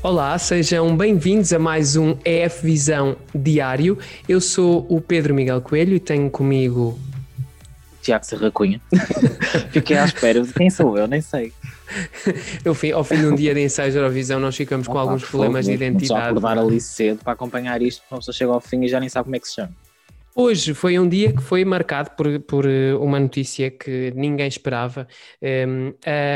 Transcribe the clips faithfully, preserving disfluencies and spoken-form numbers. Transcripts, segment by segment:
Olá, sejam bem-vindos a mais um E F Visão Diário. Eu sou o Pedro Miguel Coelho e tenho comigo... Tiago Serracunha. Fiquei à espera de quem sou eu, nem sei. Ao fim, ao fim de um dia de ensaios de Eurovisão nós ficamos oh, com pá, alguns problemas fogo, de identidade. Só acordar ali cedo para acompanhar isto, uma pessoa chega ao fim e já nem sabe como é que se chama. Hoje foi um dia que foi marcado por, por uma notícia que ninguém esperava. Um,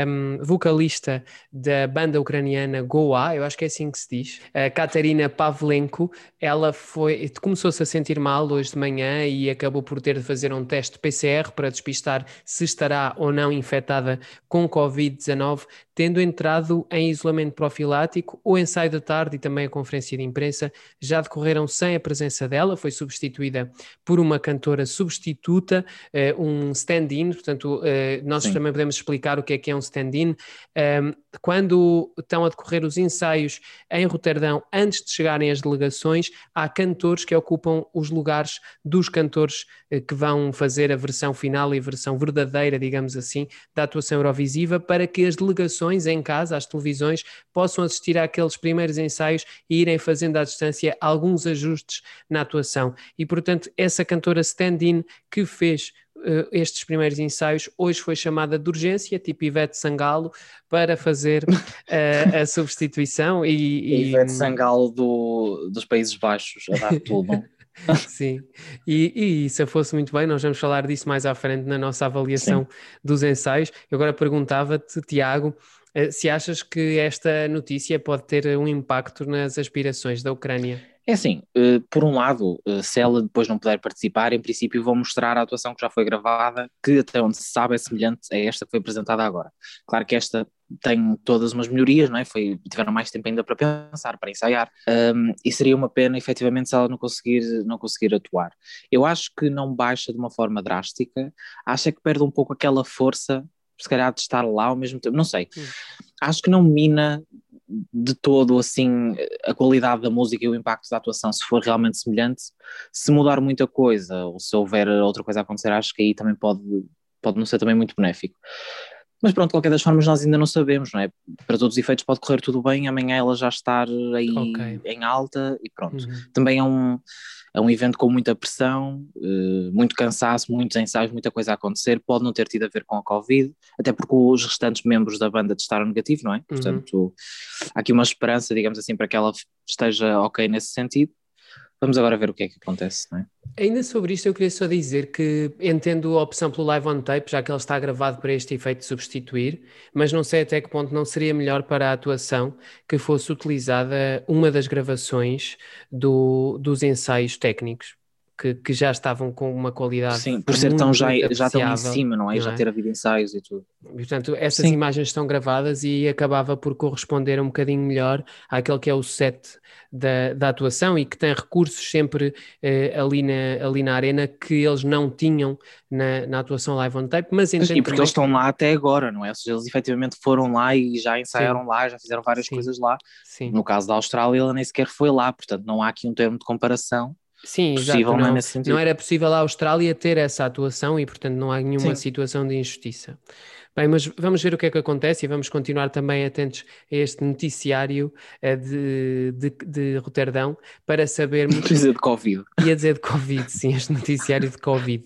a vocalista da banda ucraniana Goa, eu acho que é assim que se diz, a Katerina Pavlenko, ela foi, começou-se a sentir mal hoje de manhã e acabou por ter de fazer um teste P C R para despistar se estará ou não infectada com covid dezanove, tendo entrado em isolamento profilático. O ensaio da tarde e também a conferência de imprensa já decorreram sem a presença dela, foi substituída por uma cantora substituta, uh, um stand-in, portanto uh, nós Sim. também podemos explicar o que é que é um stand-in. Um, quando estão a decorrer os ensaios em Roterdão, antes de chegarem as delegações, há cantores que ocupam os lugares dos cantores uh, que vão fazer a versão final e a versão verdadeira, digamos assim, da atuação Eurovisiva, para que as delegações em casa, as televisões, possam assistir àqueles primeiros ensaios e irem fazendo à distância alguns ajustes na atuação. E, portanto, essa cantora stand-in que fez uh, estes primeiros ensaios, hoje foi chamada de urgência, tipo Ivete Sangalo, para fazer uh, a substituição. E, e... Ivete Sangalo do, dos Países Baixos, a dar tudo. Sim, e, e se fosse muito bem, nós vamos falar disso mais à frente na nossa avaliação Sim. dos ensaios. Eu agora perguntava-te, Tiago, se achas que esta notícia pode ter um impacto nas aspirações da Ucrânia? É assim, por um lado, se ela depois não puder participar, em princípio vão mostrar a atuação que já foi gravada, que até onde se sabe é semelhante a esta que foi apresentada agora. Claro que esta tem todas umas melhorias, não é? Foi, tiveram mais tempo ainda para pensar, para ensaiar, um, e seria uma pena, efetivamente, se ela não conseguir, não conseguir atuar. Eu acho que não baixa de uma forma drástica, acho que perde um pouco aquela força, se calhar de estar lá ao mesmo tempo, não sei. Hum. Acho que não mina de todo assim a qualidade da música e o impacto da atuação, se for realmente semelhante. Se mudar muita coisa ou se houver outra coisa a acontecer, acho que aí também pode, pode não ser também muito benéfico. Mas pronto, de qualquer das formas nós ainda não sabemos, não é? Para todos os efeitos pode correr tudo bem, amanhã ela já estar aí okay. em alta e pronto. Uhum. Também é um, é um evento com muita pressão, uh, muito cansaço, muitos ensaios, muita coisa a acontecer, pode não ter tido a ver com a Covid, até porque os restantes membros da banda testaram negativo, não é? Uhum. Portanto, há aqui uma esperança, digamos assim, para que ela esteja ok nesse sentido. Vamos agora ver o que é que acontece, não é? Ainda sobre isto eu queria só dizer que entendo a opção pelo live on tape, já que ele está gravado para este efeito de substituir, mas não sei até que ponto não seria melhor para a atuação que fosse utilizada uma das gravações do, dos ensaios técnicos, que, que já estavam com uma qualidade Sim, por ser muito, tão já, muito já estão em cima, não é? Não já é? ter havido ensaios e tudo. E, portanto, essas Sim. imagens estão gravadas e acabava por corresponder um bocadinho melhor àquele que é o set da, da atuação e que tem recursos sempre eh, ali, na, ali na arena que eles não tinham na, na atuação live on tape, mas entendo E porque também... eles estão lá até agora, não é? Ou seja, eles efetivamente foram lá e já ensaiaram Sim. lá, já fizeram várias Sim. coisas lá. Sim. No caso da Austrália, ela nem sequer foi lá, portanto não há aqui um termo de comparação. Sim, possível, exato, não, não, nesse sentido. não era possível a Austrália ter essa atuação e, portanto, não há nenhuma Sim. situação de injustiça. Bem, mas vamos ver o que é que acontece e vamos continuar também atentos a este noticiário uh, de, de, de Roterdão para sabermos... Precisa de Covid. Ia dizer de Covid, sim, este noticiário de Covid.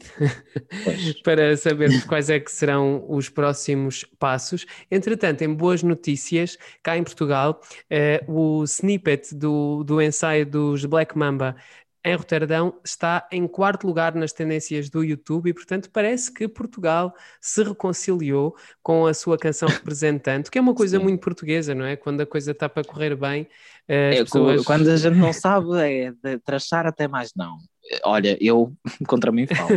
Para sabermos quais é que serão os próximos passos. Entretanto, em boas notícias, cá em Portugal, uh, o snippet do, do ensaio dos Black Mamba em Roterdão está em quarto lugar nas tendências do YouTube e, portanto, parece que Portugal se reconciliou com a sua canção representante, que é uma coisa Sim. muito portuguesa, não é? Quando a coisa está para correr bem, as é, pessoas... Quando a gente não sabe, é de trachar até mais não. Olha, eu contra mim falo.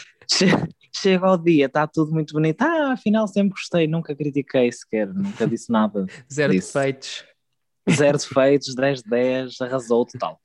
Chega ao dia, está tudo muito bonito. Ah, afinal sempre gostei, nunca critiquei sequer, nunca disse nada Zero disso. defeitos. Zero defeitos, dez de dez, arrasou total.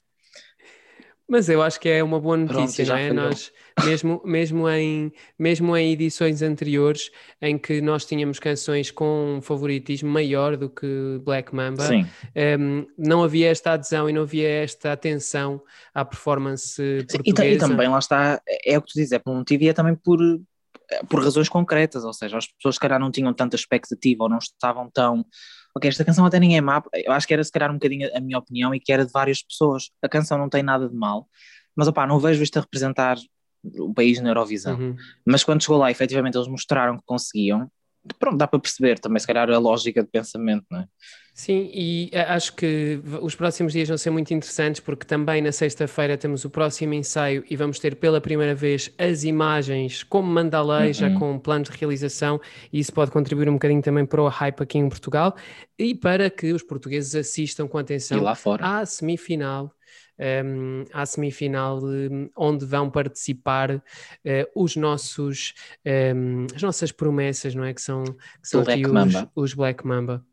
Mas eu acho que é uma boa notícia, Pronto, não é? Falhou. Nós, mesmo, mesmo, em, mesmo em edições anteriores, em que nós tínhamos canções com um favoritismo maior do que Black Mamba, um, não havia esta adesão e não havia esta atenção à performance portuguesa. E, e também, lá está, é o que tu dizes, é por um motivo e é também por, por razões concretas, ou seja, as pessoas, se calhar, não tinham tanta expectativa ou não estavam tão ok, esta canção até nem é má, eu acho que era se calhar um bocadinho a minha opinião e que era de várias pessoas. A canção não tem nada de mal, mas opá, não vejo isto a representar o país na Eurovisão. Uhum. Mas quando chegou lá, efetivamente eles mostraram que conseguiam, pronto, dá para perceber também, se calhar, a lógica de pensamento, não é? Sim, e acho que os próximos dias vão ser muito interessantes porque também na sexta-feira temos o próximo ensaio e vamos ter pela primeira vez as imagens como manda a lei, já Uhum. com planos de realização, e isso pode contribuir um bocadinho também para o hype aqui em Portugal e para que os portugueses assistam com E atenção lá fora. à semifinal. Um, à semifinal um, onde vão participar uh, os nossos um, as nossas promessas, não é? Que são, que são Black aqui os, Mamba. os Black Mamba.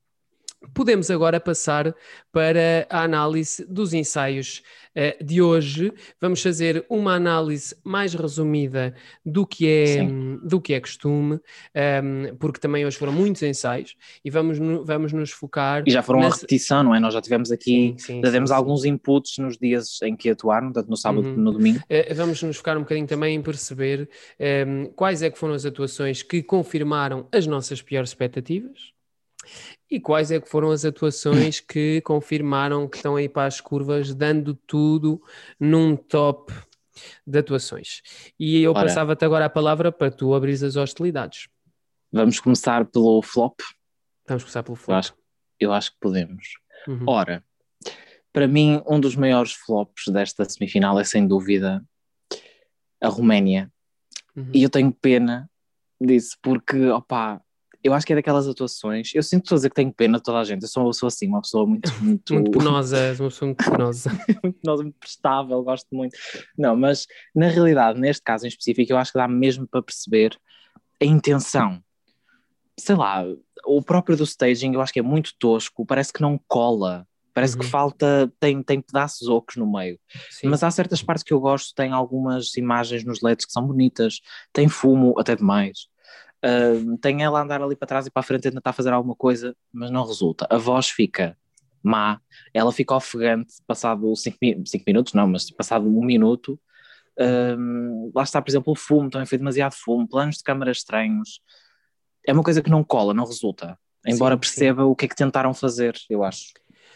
Podemos agora passar para a análise dos ensaios uh, de hoje. Vamos fazer uma análise mais resumida do que é, do que é costume, um, porque também hoje foram muitos ensaios e vamos, no, vamos nos focar... E já foram nas... a repetição, não é? Nós já tivemos aqui, sim, sim, já demos sim, alguns sim. inputs nos dias em que atuaram, tanto no sábado Uhum. como no domingo. Uh, vamos nos focar um bocadinho também em perceber um, quais é que foram as atuações que confirmaram as nossas piores expectativas. E quais é que foram as atuações que confirmaram que estão aí para as curvas, dando tudo num top de atuações? E eu Ora, passava-te agora a palavra para tu abrir as hostilidades. Vamos começar pelo flop. Vamos começar pelo flop. Eu acho, eu acho que podemos. Uhum. Ora, para mim, um dos maiores flops desta semifinal é sem dúvida a Roménia. Uhum. E eu tenho pena disso, porque, opá, eu acho que é daquelas atuações, eu sinto dizer que tenho pena de toda a gente, eu sou uma pessoa assim, uma pessoa muito... Muito, muito penosa, uma pessoa muito penosa. muito penosa, muito prestável, gosto muito. Não, mas na realidade, neste caso em específico, eu acho que dá mesmo para perceber a intenção. Sei lá, o próprio do staging eu acho que é muito tosco, parece que não cola, parece Uhum. que falta, tem, tem pedaços ocos no meio. Sim. Mas há certas partes que eu gosto, tem algumas imagens nos L E Ds que são bonitas, tem fumo até demais. Uh, tem ela a andar ali para trás e para a frente a tentar fazer alguma coisa, mas não resulta. A voz fica má, ela fica ofegante passado cinco minutos, não, mas passado um minuto. Uh, lá está, por exemplo, o fumo, também foi demasiado fumo, planos de câmara estranhos. É uma coisa que não cola, não resulta. Embora Sim, perceba sim. o que é que tentaram fazer, eu acho.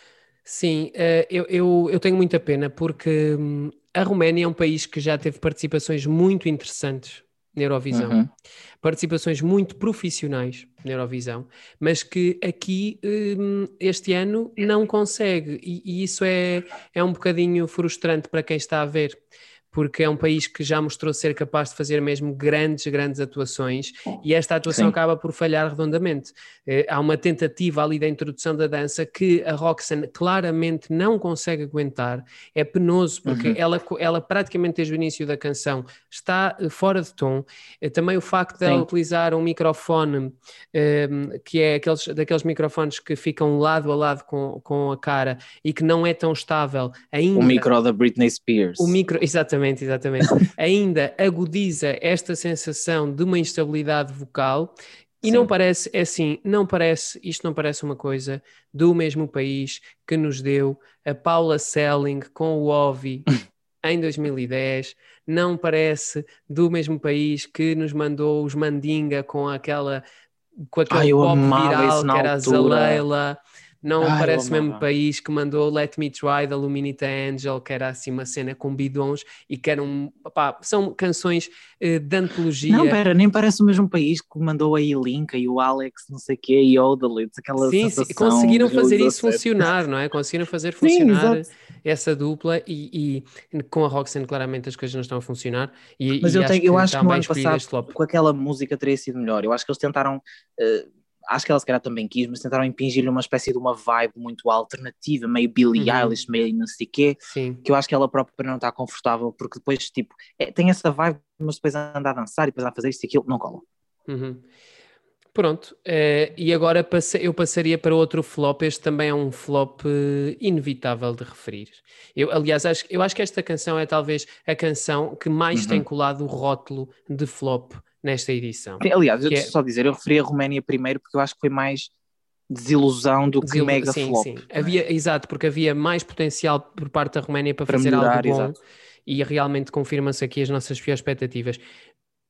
Sim, uh, eu, eu, eu tenho muita pena porque hum, a Roménia é um país que já teve participações muito interessantes na Eurovisão, Uhum. participações muito profissionais na Eurovisão, mas que aqui hum, este ano não consegue, e, e isso é, é um bocadinho frustrante para quem está a ver, porque é um país que já mostrou ser capaz de fazer mesmo grandes, grandes atuações, e esta atuação Sim. acaba por falhar redondamente. Eh, há uma tentativa ali da introdução da dança que a Roxanne claramente não consegue aguentar, é penoso, porque Uhum. ela, ela praticamente desde o início da canção está eh, fora de tom. Eh, também o facto de ela Sim. utilizar um microfone, eh, que é aqueles, daqueles microfones que ficam lado a lado com, com a cara e que não é tão estável ainda. O micro da Britney Spears. O micro, exatamente. Exatamente, ainda agudiza esta sensação de uma instabilidade vocal e Sim. não parece, é assim, não parece, isto não parece uma coisa do mesmo país que nos deu a Paula Selling com o Ovi em dois mil e dez, não parece do mesmo país que nos mandou os Mandinga com aquela, com aquele Ai, eu pop amava viral isso na que era a altura. Zaleila. Não Ai, parece o mesmo amava. país que mandou Let Me Try da Luminita Angel, que era assim uma cena com bidons e que eram, opá, são canções uh, de antologia. Não, pera, nem parece o mesmo país que mandou a Ilinka e o Alex, não sei o quê, e Odalits, aquela sim, sensação. sim, conseguiram de fazer isso dezassete. funcionar, não é? Conseguiram fazer Sim, funcionar exato. essa dupla e, e com a Roxanne claramente as coisas não estão a funcionar e, Mas e eu, acho tenho, eu que acho está que no bem ano escolhido passado, este flop. com aquela música teria sido melhor. Eu acho que eles tentaram, uh, acho que ela se calhar também quis, mas tentaram impingir-lhe uma espécie de uma vibe muito alternativa, meio Billie Uhum. Eilish, meio não sei o quê, Sim. que eu acho que ela própria não está confortável, porque depois, tipo, é, tem essa vibe, mas depois anda a dançar e depois a fazer isto e aquilo, não cola. Uhum. Pronto, uh, e agora passe, eu passaria para outro flop. Este também é um flop uh, inevitável de referir. Eu, aliás, acho, eu acho que esta canção é talvez a canção que mais Uhum. tem colado o rótulo de flop nesta edição. Sim, aliás, eu que é... só dizer, eu referi a Roménia primeiro porque eu acho que foi mais desilusão do Desilu... que mega sim, flop. Sim, havia, exato, porque havia mais potencial por parte da Roménia para, para fazer melhorar, algo bom, exato. E realmente confirma-se aqui as nossas piores expectativas.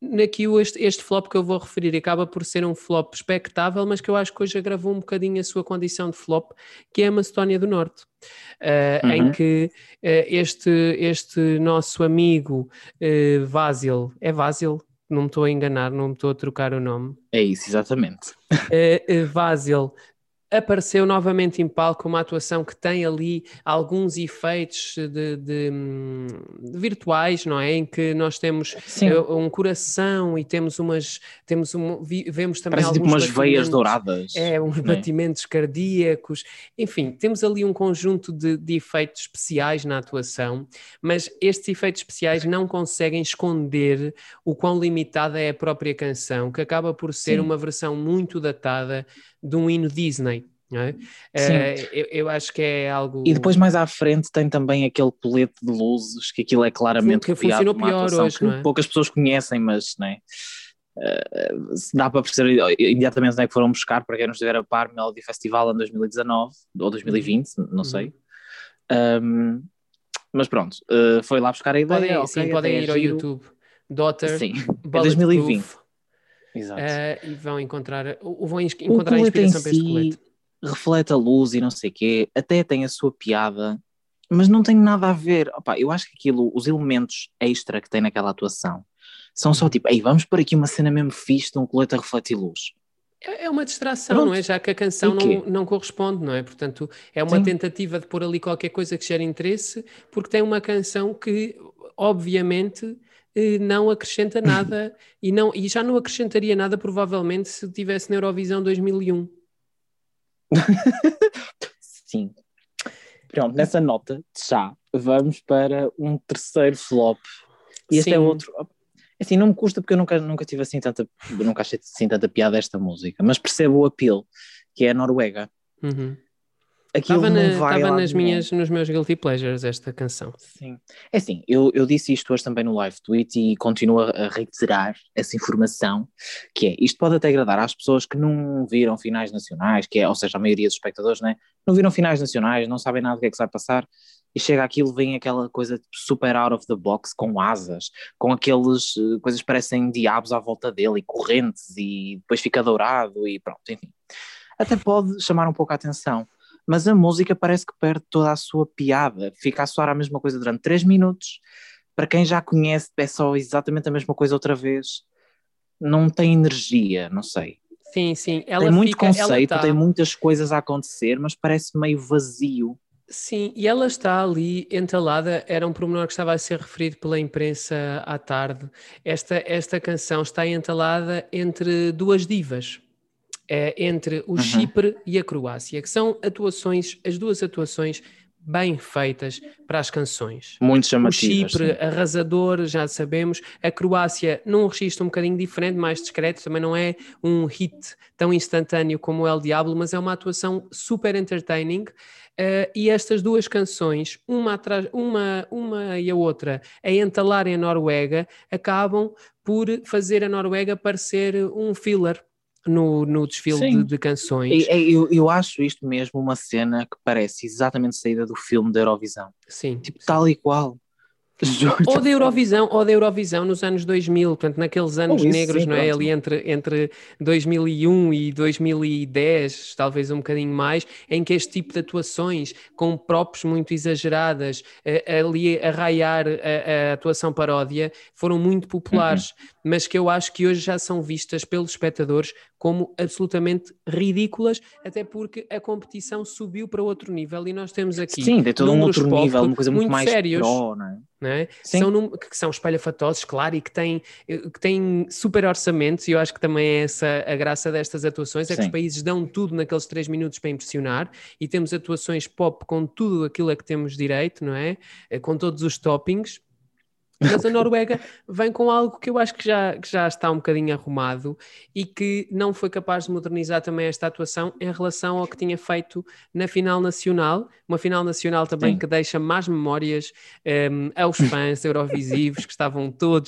aqui este, este flop que eu vou referir acaba por ser um flop expectável, mas que eu acho que hoje agravou um bocadinho a sua condição de flop, que é a Macedónia do Norte, uh, uhum. em que uh, este, este nosso amigo uh, Vasil, é Vasil? Não me estou a enganar, não me estou a trocar o nome. É isso, exatamente. Uh, uh, Vasil apareceu novamente em palco, uma atuação que tem ali alguns efeitos de, de, de virtuais, não é? Em que nós temos uh, um coração e temos umas, temos um, vemos também Parece alguns tipo umas veias douradas. É, uns é? batimentos cardíacos, enfim, temos ali um conjunto de, de efeitos especiais na atuação, mas estes efeitos especiais não conseguem esconder o quão limitada é a própria canção, que acaba por ser Sim. uma versão muito datada de um hino Disney. Não é? Uh, eu, eu acho que é algo... E depois mais à frente tem também aquele colete de luzes, que aquilo é claramente que funcionou pior hoje, que não é? poucas pessoas conhecem, mas não é? Uh, dá para perceber imediatamente onde é que foram buscar, para quem não estiver a par, Melody Festival em dois mil e dezanove ou dois mil e vinte, uhum. não sei. Um, mas pronto, uh, foi lá buscar a ideia. Podem, okay, sim, podem ir ao giro. YouTube. Daughter, sim, é dois mil e vinte. Exato. Uh, e vão encontrar, vão encontrar a inspiração para este colete. Reflete a luz e não sei o quê, até tem a sua piada, mas não tem nada a ver. Opa, eu acho que aquilo, os elementos extra que tem naquela atuação, são só tipo, ei, vamos pôr aqui uma cena mesmo fixe de um colete a refletir luz. É uma distração, Pronto. Não é? Já que a canção não, não corresponde, não é? Portanto, é uma Sim. tentativa de pôr ali qualquer coisa que gere interesse, porque tem uma canção que, obviamente, não acrescenta nada e, não, e já não acrescentaria nada, provavelmente, se tivesse na Eurovisão dois mil e um. Sim. Pronto, nessa nota, já, vamos para um terceiro flop. E este Sim. é outro... Assim, não me custa porque eu nunca, nunca tive assim tanta... Nunca achei assim tanta piada esta música, mas percebo o apelo, que é a Noruega. Uhum. Estava na, nas minhas, nos meus guilty pleasures esta canção. Sim. É assim, eu, eu disse isto hoje também no live tweet e continuo a reiterar essa informação, que é, isto pode até agradar às pessoas que não viram finais nacionais, que é, ou seja, a maioria dos espectadores, né, não viram finais nacionais, não sabem nada do que é que vai passar, e chega aquilo, vem aquela coisa super out of the box, com asas, com aqueles uh, coisas que parecem diabos à volta dele, e correntes, e depois fica dourado, e pronto, enfim. Até pode chamar um pouco a atenção. Mas a música parece que perde toda a sua piada, fica a soar a mesma coisa durante três minutos, para quem já conhece é só exatamente a mesma coisa outra vez, não tem energia, não sei. Sim, sim. Ela tem muito fica, conceito, ela tá... tem muitas coisas a acontecer, mas parece meio vazio. Sim, e ela está ali entalada, era um pormenor que estava a ser referido pela imprensa à tarde, esta, esta canção está entalada entre duas divas. É, entre o uhum. Chipre e a Croácia, que são atuações, as duas atuações bem feitas para as canções. Muito chamativas. O Chipre, sim. arrasador, já sabemos. A Croácia, num registro um bocadinho diferente, mais discreto, também não é um hit tão instantâneo como o El Diablo, mas é uma atuação super entertaining. Uh, e estas duas canções, uma, atrás, uma, uma e a outra, a entalarem a Noruega, acabam por fazer a Noruega parecer um filler no, no desfile de, de canções. Eu, eu, eu acho isto mesmo uma cena que parece exatamente saída do filme da Eurovisão. Sim. Tipo, sim. tal e qual. Ou da Eurovisão, ou da Eurovisão nos anos dois mil, portanto, naqueles anos oh, negros, sim, não é? Pronto. Ali entre, entre dois mil e um e dois mil e dez, talvez um bocadinho mais, em que este tipo de atuações, com props muito exageradas, ali a raiar a, a atuação paródia, foram muito populares, uhum. mas que eu acho que hoje já são vistas pelos espectadores como absolutamente ridículas, até porque a competição subiu para outro nível e nós temos aqui Sim, tem todo um outro nível, uma coisa muito, muito mais sérios, pro, não é? Não é? São, num, que são espalhafatosos, claro, e que têm, que têm super orçamentos, e eu acho que também é essa a graça destas atuações, é Sim. que os países dão tudo naqueles três minutos para impressionar, e temos atuações pop com tudo aquilo a que temos direito, não é? Com todos os toppings. Mas a Noruega vem com algo que eu acho que já, que já está um bocadinho arrumado e que não foi capaz de modernizar também esta atuação em relação ao que tinha feito na final nacional, uma final nacional também Sim. que deixa más memórias um, aos fãs eurovisivos que estavam todos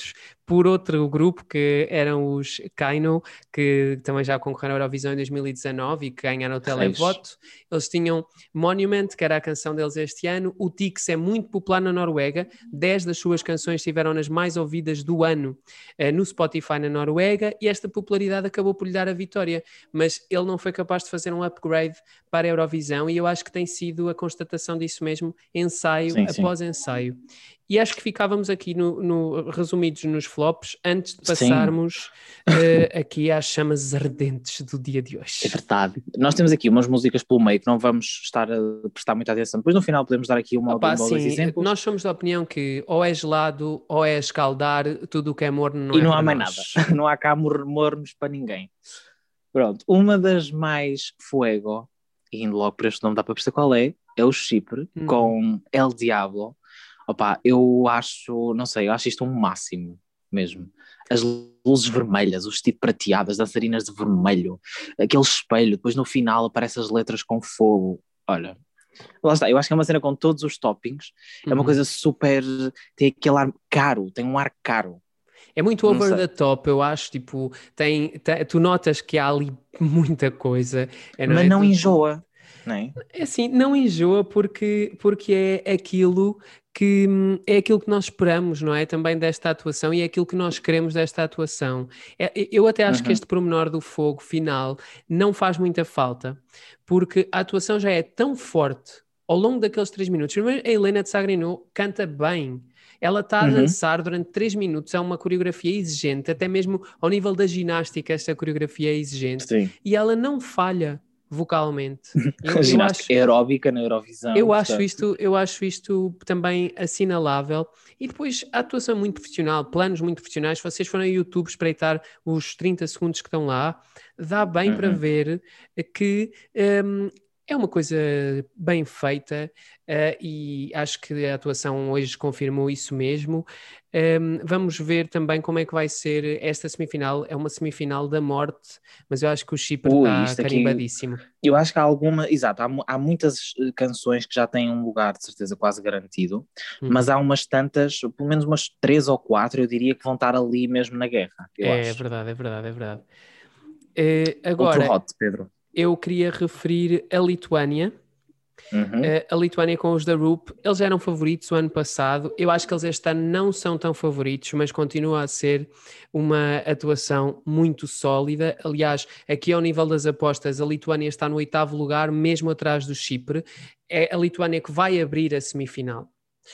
por outro grupo que eram os Kaino, que também já concorreram à Eurovisão em dois mil e dezanove e que ganharam o televoto. Eles tinham Monument, que era a canção deles este ano. O Tix é muito popular na Noruega, dez das suas canções estiveram nas mais ouvidas do ano uh, no Spotify na Noruega, e esta popularidade acabou por lhe dar a vitória, mas ele não foi capaz de fazer um upgrade para a Eurovisão, e eu acho que tem sido a constatação disso mesmo, ensaio sim, após sim. ensaio. E acho que ficávamos aqui no, no, resumidos nos flops, antes de passarmos uh, aqui às chamas ardentes do dia de hoje. É verdade. Nós temos aqui umas músicas pelo meio que não vamos estar a prestar muita atenção. Depois no final podemos dar aqui uma, Opa, uma ou dois exemplos. Nós somos da opinião que ou é gelado ou é escaldar, tudo o que é morno não e é não para há mais nós. nada. Não há cá mor- mornos para ninguém. Pronto. Uma das mais fuego, e indo logo para este nome dá para perceber qual é, é o Chipre, hum. com El Diablo. Opa, eu acho, não sei, eu acho isto um máximo mesmo. As luzes vermelhas, o vestido prateadas, dançarinas de vermelho, aquele espelho, depois no final aparecem as letras com fogo. Olha, lá está, eu acho que é uma cena com todos os toppings, uhum. é uma coisa super, tem aquele ar caro, tem um ar caro. É muito over the top, eu acho, tipo, tem, tem, tu notas que há ali muita coisa. É, não Mas é? não enjoa, não é? É assim, não enjoa porque, porque é aquilo que é aquilo que nós esperamos, não é? Também desta atuação, e é aquilo que nós queremos desta atuação. É, eu até acho uhum. que este pormenor do fogo final não faz muita falta, porque a atuação já é tão forte ao longo daqueles três minutos. A Helena de Sagrino canta bem. Ela está a dançar uhum. durante três minutos, é uma coreografia exigente, até mesmo ao nível da ginástica esta coreografia é exigente. Sim. E ela não falha vocalmente. Eu, ginástica eu acho, aeróbica na Eurovisão. Eu acho, isto, eu acho isto também assinalável. E depois a atuação muito profissional, planos muito profissionais. Se vocês forem ao YouTube espreitar os trinta segundos que estão lá, dá bem uhum. para ver que um, é uma coisa bem feita, uh, e acho que a atuação hoje confirmou isso mesmo. Um, vamos ver também como é que vai ser esta semifinal. É uma semifinal da morte, mas eu acho que o Chipre está carimbadíssimo. Aqui, eu acho que há alguma, exato, há, há muitas canções que já têm um lugar de certeza quase garantido, uhum. mas há umas tantas, pelo menos umas três ou quatro, eu diria que vão estar ali mesmo na guerra. Eu é acho. verdade, é verdade, é verdade. Uh, agora, Outro hot, Pedro. Eu queria referir a Lituânia. Uhum. Uh, a Lituânia com os The Roop, eles eram favoritos o ano passado. Eu acho que eles este ano não são tão favoritos, mas continua a ser uma atuação muito sólida. Aliás, aqui ao nível das apostas, a Lituânia está no oitavo lugar, mesmo atrás do Chipre. É a Lituânia que vai abrir a semifinal.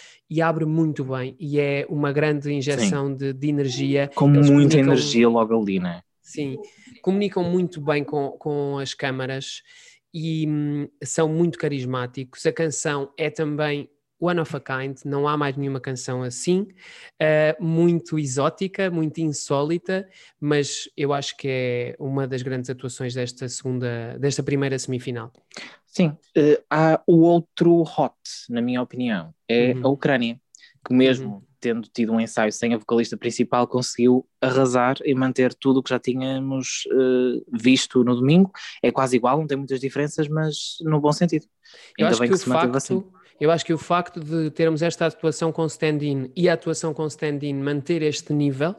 E abre muito bem, e é uma grande injeção de, de energia. Com eles muita comunicam... energia logo ali, não é? Sim, comunicam muito bem com, com as câmaras e hum, são muito carismáticos. A canção é também one of a kind, não há mais nenhuma canção assim, uh, muito exótica, muito insólita, mas eu acho que é uma das grandes atuações desta segunda, desta primeira semifinal. Sim, uh, há o outro hot, na minha opinião, é uhum. a Ucrânia, que mesmo uhum. tendo tido um ensaio sem a vocalista principal, conseguiu arrasar e manter tudo o que já tínhamos uh, visto no domingo. É quase igual, não tem muitas diferenças, mas no bom sentido. Eu Ainda acho bem que, que o se manteve facto, assim. Eu acho que o facto de termos esta atuação com stand-in e a atuação com stand-in manter este nível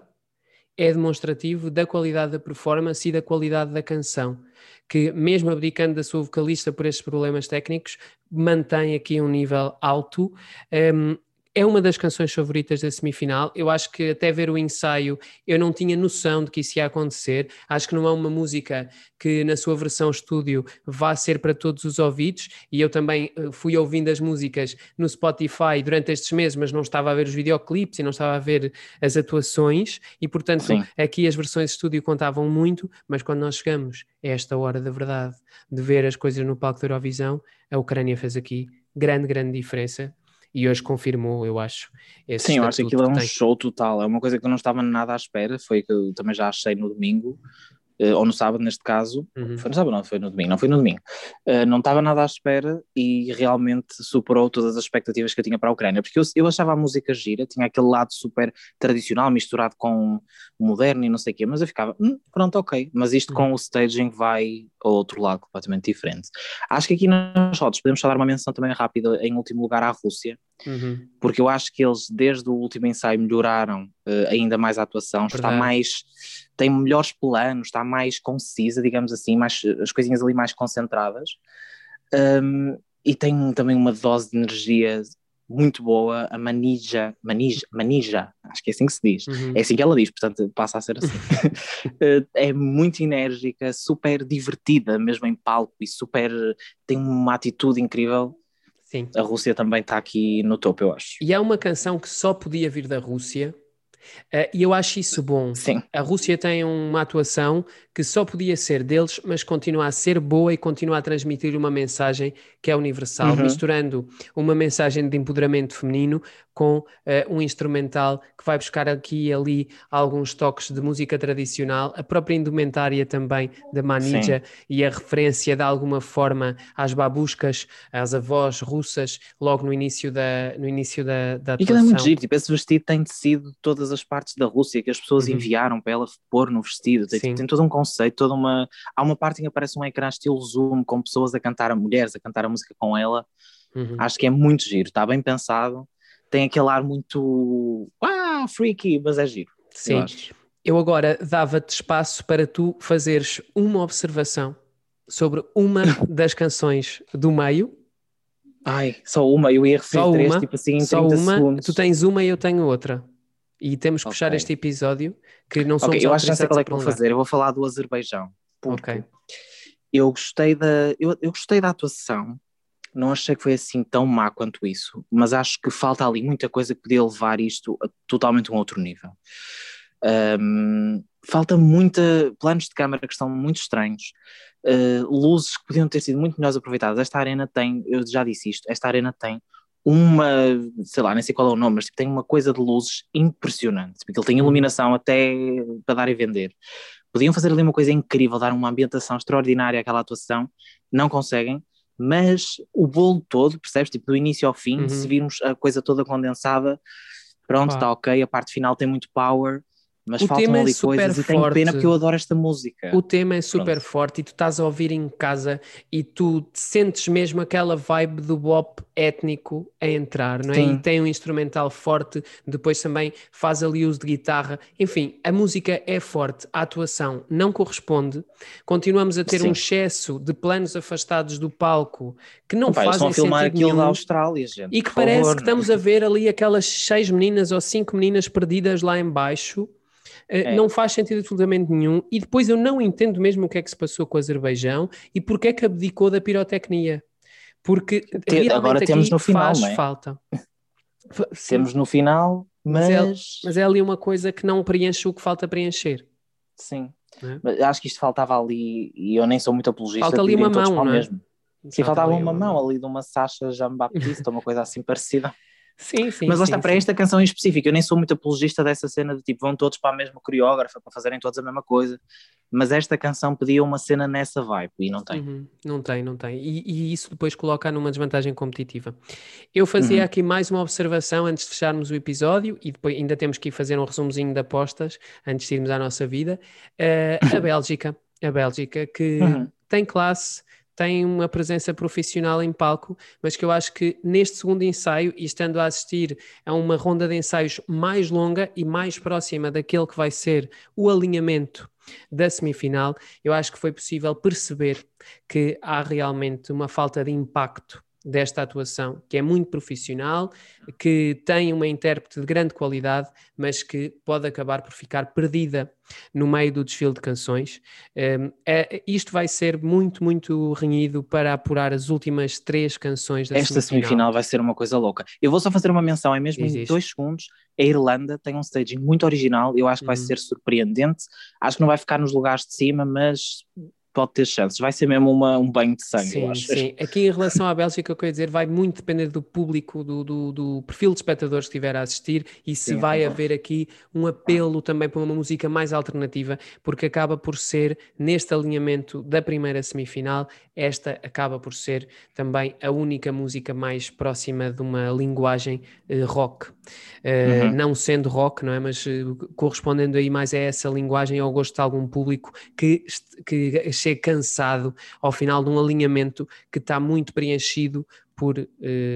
é demonstrativo da qualidade da performance e da qualidade da canção, que mesmo abdicando da sua vocalista por estes problemas técnicos, mantém aqui um nível alto. Um, É uma das canções favoritas da semifinal. Eu acho que até ver o ensaio eu não tinha noção de que isso ia acontecer. Acho que não é uma música que na sua versão estúdio vá ser para todos os ouvidos, e eu também fui ouvindo as músicas no Spotify durante estes meses, mas não estava a ver os videoclipes e não estava a ver as atuações, e portanto Sim. aqui as versões de estúdio contavam muito, mas quando nós chegamos a esta hora da verdade, de ver as coisas no palco da Eurovisão, a Ucrânia fez aqui grande, grande diferença. E hoje confirmou, eu acho. Esse Sim, eu acho que aquilo é um tem. show total. É uma coisa que eu não estava nada à espera. Foi que eu também já achei no domingo, uh, ou no sábado, neste caso. Uhum. Foi no sábado, não, foi no domingo. Não foi no domingo. Uh, não estava nada à espera e realmente superou todas as expectativas que eu tinha para a Ucrânia. Porque eu, eu achava a música gira, tinha aquele lado super tradicional, misturado com moderno e não sei o quê, mas eu ficava, hum, pronto, ok. Mas isto uhum. com o staging vai ao outro lado, completamente diferente. Acho que aqui nas fotos podemos só dar uma menção também rápida, em último lugar, à Rússia. Uhum. Porque eu acho que eles, desde o último ensaio, melhoraram uh, ainda mais a atuação, Verdade. está mais, tem melhores planos, está mais concisa, digamos assim, mais, as coisinhas ali mais concentradas, um, e tem também uma dose de energia muito boa. A Manija, Manija, Manija, acho que é assim que se diz, Uhum. é assim que ela diz, portanto passa a ser assim. uh, é muito enérgica, super divertida mesmo em palco, e super, tem uma atitude incrível. Sim. A Rússia também está aqui no topo, eu acho. E há uma canção que só podia vir da Rússia, uh, e eu acho isso bom. Sim. A Rússia tem uma atuação que só podia ser deles, mas continua a ser boa e continua a transmitir uma mensagem que é universal, Uhum. misturando uma mensagem de empoderamento feminino com uh, um instrumental que vai buscar aqui e ali alguns toques de música tradicional, a própria indumentária também da Manija e a referência de alguma forma às babuscas, às avós russas, logo no início da, no início da, da E que é muito atuação. giro, tipo, esse vestido tem tecido de todas as partes da Rússia que as pessoas Uhum. enviaram para ela pôr no vestido, tem, Sim. tem todo um conceito, toda uma... Há uma parte em que aparece um ecrã estilo Zoom com pessoas a cantar, a mulheres a cantar a música com ela. Uhum. Acho que é muito giro, está bem pensado, tem aquele ar muito ah, freaky, mas é giro. Sim. Eu acho. Eu agora dava-te espaço para tu fazeres uma observação sobre uma das canções do meio. Ai, só uma, eu ia referir Só três, uma, tipo assim, em só trinta uma. segundos. Tu tens uma e eu tenho outra. E temos que Ok. fechar este episódio, que não Ok, somos eu acho que já sei autorizados qual a é que vou prolongar. fazer. Eu vou falar do Azerbaijão, porque Ok. eu gostei da, eu, eu gostei da atuação. Não achei que foi assim tão má quanto isso, mas acho que falta ali muita coisa que podia levar isto a totalmente um outro nível. Um, falta muita planos de câmara que estão muito estranhos, uh, luzes que podiam ter sido muito melhores aproveitadas. Esta arena tem, eu já disse isto, esta arena tem uma, sei lá, nem sei qual é o nome, mas tipo, tem uma coisa de luzes impressionante, porque ele tem iluminação uhum. até para dar e vender. Podiam fazer ali uma coisa incrível, dar uma ambientação extraordinária àquela atuação, não conseguem. Mas o bolo todo, percebes? Tipo, do início ao fim, Uhum. se virmos a coisa toda condensada, pronto, está ok, a parte final tem muito power, mas o faltam tema ali é super coisas e forte. tenho pena porque eu adoro esta música. O tema é super Pronto. forte e tu estás a ouvir em casa e tu sentes mesmo aquela vibe do bop étnico a entrar, não é? Sim. E tem um instrumental forte, depois também faz ali uso de guitarra. Enfim, a música é forte, a atuação não corresponde. Continuamos a ter Sim. um excesso de planos afastados do palco que não Opa, fazem estão a filmar sentido aquilo nenhum. da Austrália, gente. E que por parece favor. que estamos a ver ali aquelas seis meninas ou cinco meninas perdidas lá em baixo. É. Não faz sentido absolutamente nenhum, e depois eu não entendo mesmo o que é que se passou com o Azerbaijão e porque é que abdicou da pirotecnia, porque Te, realmente agora aqui temos no final, faz não é? falta. Sim, Temos no final, mas... mas é, mas é ali uma coisa que não preenche o que falta preencher. Sim, É? mas acho que isto faltava ali, e eu nem sou muito apologista Falta de ali irem uma todos mão, para o não é? mesmo. Sim, Falta faltava ali uma uma mão mão. ali de uma Sacha Jean-Baptiste, uma coisa assim parecida. Sim, sim, Mas lá sim, está, para sim. esta canção em específico, eu nem sou muito apologista dessa cena de tipo, vão todos para a mesma coreógrafa, para fazerem todos a mesma coisa, mas esta canção pedia uma cena nessa vibe, e não tem. Uhum, não tem, não tem. E, e isso depois coloca numa desvantagem competitiva. Eu fazia Uhum. aqui mais uma observação antes de fecharmos o episódio, e depois ainda temos que ir fazer um resumozinho de apostas antes de irmos à nossa vida. Uh, a Bélgica, a Bélgica que Uhum. tem classe, tem uma presença profissional em palco, mas que eu acho que neste segundo ensaio, e estando a assistir a uma ronda de ensaios mais longa e mais próxima daquele que vai ser o alinhamento da semifinal, eu acho que foi possível perceber que há realmente uma falta de impacto desta atuação, que é muito profissional, que tem uma intérprete de grande qualidade, mas que pode acabar por ficar perdida no meio do desfile de canções. Um, é, isto vai ser muito, muito renhido para apurar as últimas três canções da Esta semifinal. semifinal vai ser uma coisa louca. Eu vou só fazer uma menção, é mesmo Diz em isto. dois segundos, a Irlanda tem um staging muito original, eu acho que vai Uhum. ser surpreendente, acho que não vai ficar nos lugares de cima, mas pode ter chances, vai ser mesmo uma, um banho de sangue, sim, eu acho. Sim, aqui em relação à Bélgica, o que eu ia dizer, vai muito depender do público, do, do, do perfil de espectadores que estiver a assistir e se Sim, vai haver aqui um apelo também para uma música mais alternativa, porque acaba por ser, neste alinhamento da primeira semifinal, esta acaba por ser também a única música mais próxima de uma linguagem uh, rock. Uh, uhum. Não sendo rock, não é? Mas uh, correspondendo aí mais a essa linguagem ao gosto de algum público que, que chega cansado ao final de um alinhamento que está muito preenchido por uh,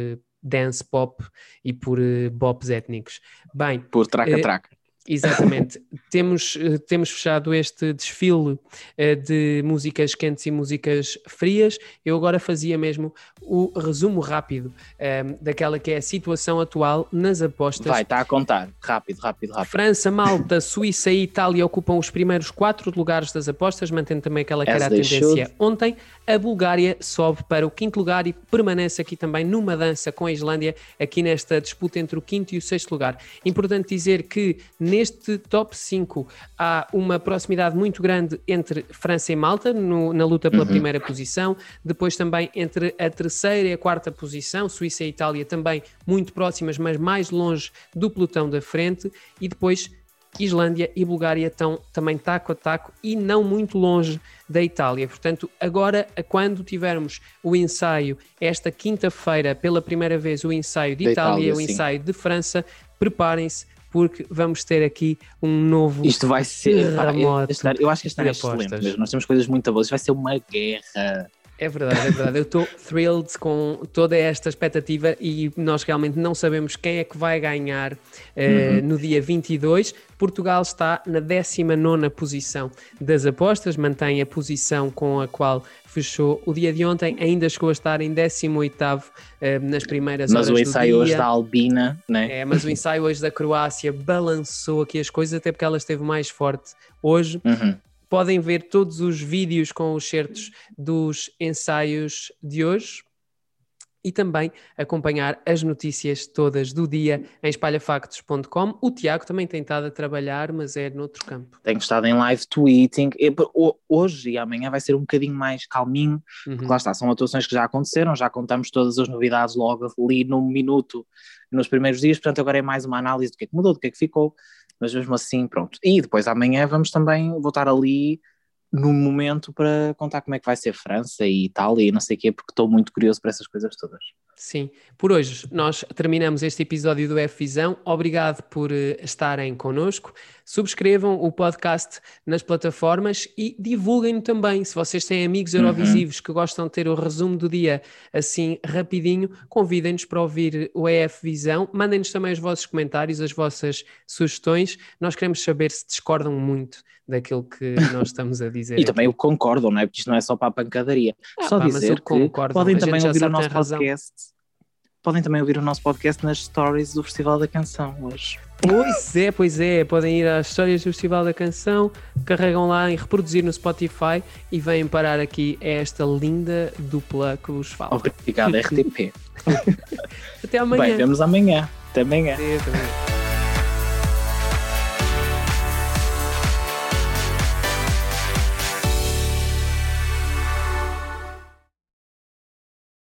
dance pop e por uh, bops étnicos. Bem, por traca-traca. Uh, Exatamente. temos, temos fechado este desfile uh, de músicas quentes e músicas frias. Eu agora fazia mesmo o resumo rápido um, daquela que é a situação atual nas apostas. Vai, está a contar. Rápido, rápido, rápido. França, Malta, Suíça e Itália ocupam os primeiros quatro lugares das apostas, mantendo também aquela que era a tendência should. ontem. A Bulgária sobe para o quinto lugar e permanece aqui também numa dança com a Islândia, aqui nesta disputa entre o quinto e o sexto lugar. Importante dizer que neste top cinco há uma proximidade muito grande entre França e Malta no, na luta pela uhum. primeira posição, depois também entre a terceira e a quarta posição, Suíça e Itália também muito próximas, mas mais longe do pelotão da frente, e depois Islândia e Bulgária estão também taco a taco e não muito longe da Itália. Portanto, agora, quando tivermos o ensaio, esta quinta-feira, pela primeira vez, o ensaio de Itália, Itália o ensaio sim. de França, preparem-se, porque vamos ter aqui um novo Isto vai ser, este, eu acho que este ano é excelente mesmo. Nós temos coisas muito boas, isto vai ser uma guerra. É verdade, é verdade. Eu estou thrilled com toda esta expectativa e nós realmente não sabemos quem é que vai ganhar uh, uhum. no dia vinte e dois. Portugal está na décima nona posição das apostas, mantém a posição com a qual fechou o dia de ontem, ainda chegou a estar em décimo oitavo uh, nas primeiras mas horas do dia. Mas o ensaio hoje da Albina, né? É, mas o ensaio hoje da Croácia balançou aqui as coisas, até porque ela esteve mais forte hoje. Uhum. Podem ver todos os vídeos com os certos dos ensaios de hoje e também acompanhar as notícias todas do dia em espalha factos ponto com. O Tiago também tem estado a trabalhar, mas é noutro campo. Tenho estado em live tweeting. Hoje e amanhã vai ser um bocadinho mais calminho, uhum. porque lá está, são atuações que já aconteceram, já contamos todas as novidades logo ali num minuto nos primeiros dias, portanto agora é mais uma análise do que é que mudou, do que é que ficou. Mas mesmo assim, pronto. E depois amanhã vamos também voltar ali no momento para contar como é que vai ser França e Itália e não sei o quê, porque estou muito curioso para essas coisas todas. Sim. Por hoje nós terminamos este episódio do F Visão. Obrigado por uh, estarem connosco. Subscrevam o podcast nas plataformas e divulguem-no também. Se vocês têm amigos eurovisivos uhum. que gostam de ter o resumo do dia assim rapidinho, convidem-nos para ouvir o E F Visão. Mandem-nos também os vossos comentários, as vossas sugestões. Nós queremos saber se discordam muito daquilo que nós estamos a dizer. E aqui. Também o concordam, não é? Porque isto não é só para a pancadaria. Ah, só pá, dizer que concordam. Podem também ouvir o nosso podcast. Podem também ouvir o nosso podcast nas stories do Festival da Canção hoje. Pois é, pois é. Podem ir às histórias do Festival da Canção, carregam lá em reproduzir no Spotify e vêm parar aqui esta linda dupla que vos fala. Obrigado, R T P. Até amanhã. Bem, vemos amanhã. Até amanhã. Até amanhã.